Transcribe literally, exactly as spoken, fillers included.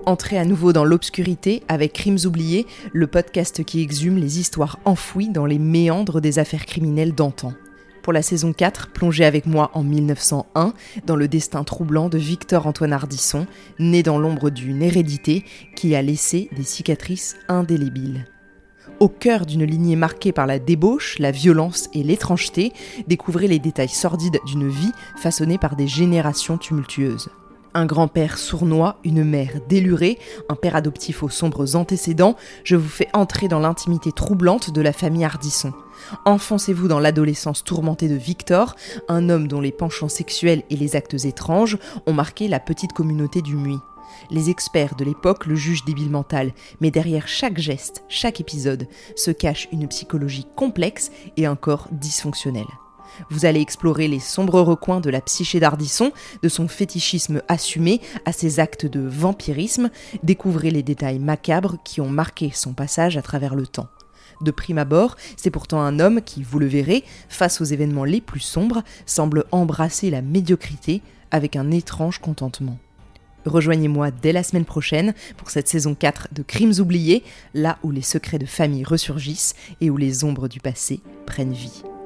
Entrez à nouveau dans l'obscurité avec Crimes oubliés, le podcast qui exhume les histoires enfouies dans les méandres des affaires criminelles d'antan. Pour la saison quatre, plongez avec moi en mille neuf cent un, dans le destin troublant de Victor-Antoine Ardisson, né dans l'ombre d'une hérédité qui a laissé des cicatrices indélébiles. Au cœur d'une lignée marquée par la débauche, la violence et l'étrangeté, découvrez les détails sordides d'une vie façonnée par des générations tumultueuses. Un grand-père sournois, une mère délurée, un père adoptif aux sombres antécédents, je vous fais entrer dans l'intimité troublante de la famille Ardisson. Enfoncez-vous dans l'adolescence tourmentée de Victor, un homme dont les penchants sexuels et les actes étranges ont marqué la petite communauté du Muy. Les experts de l'époque le jugent débile mental, mais derrière chaque geste, chaque épisode, se cache une psychologie complexe et un corps dysfonctionnel. Vous allez explorer les sombres recoins de la psyché d'Ardisson, de son fétichisme assumé à ses actes de vampirisme, découvrez les détails macabres qui ont marqué son passage à travers le temps. De prime abord, c'est pourtant un homme qui, vous le verrez, face aux événements les plus sombres, semble embrasser la médiocrité avec un étrange contentement. Rejoignez-moi dès la semaine prochaine pour cette saison quatre de Crimes oubliés, là où les secrets de famille ressurgissent et où les ombres du passé prennent vie.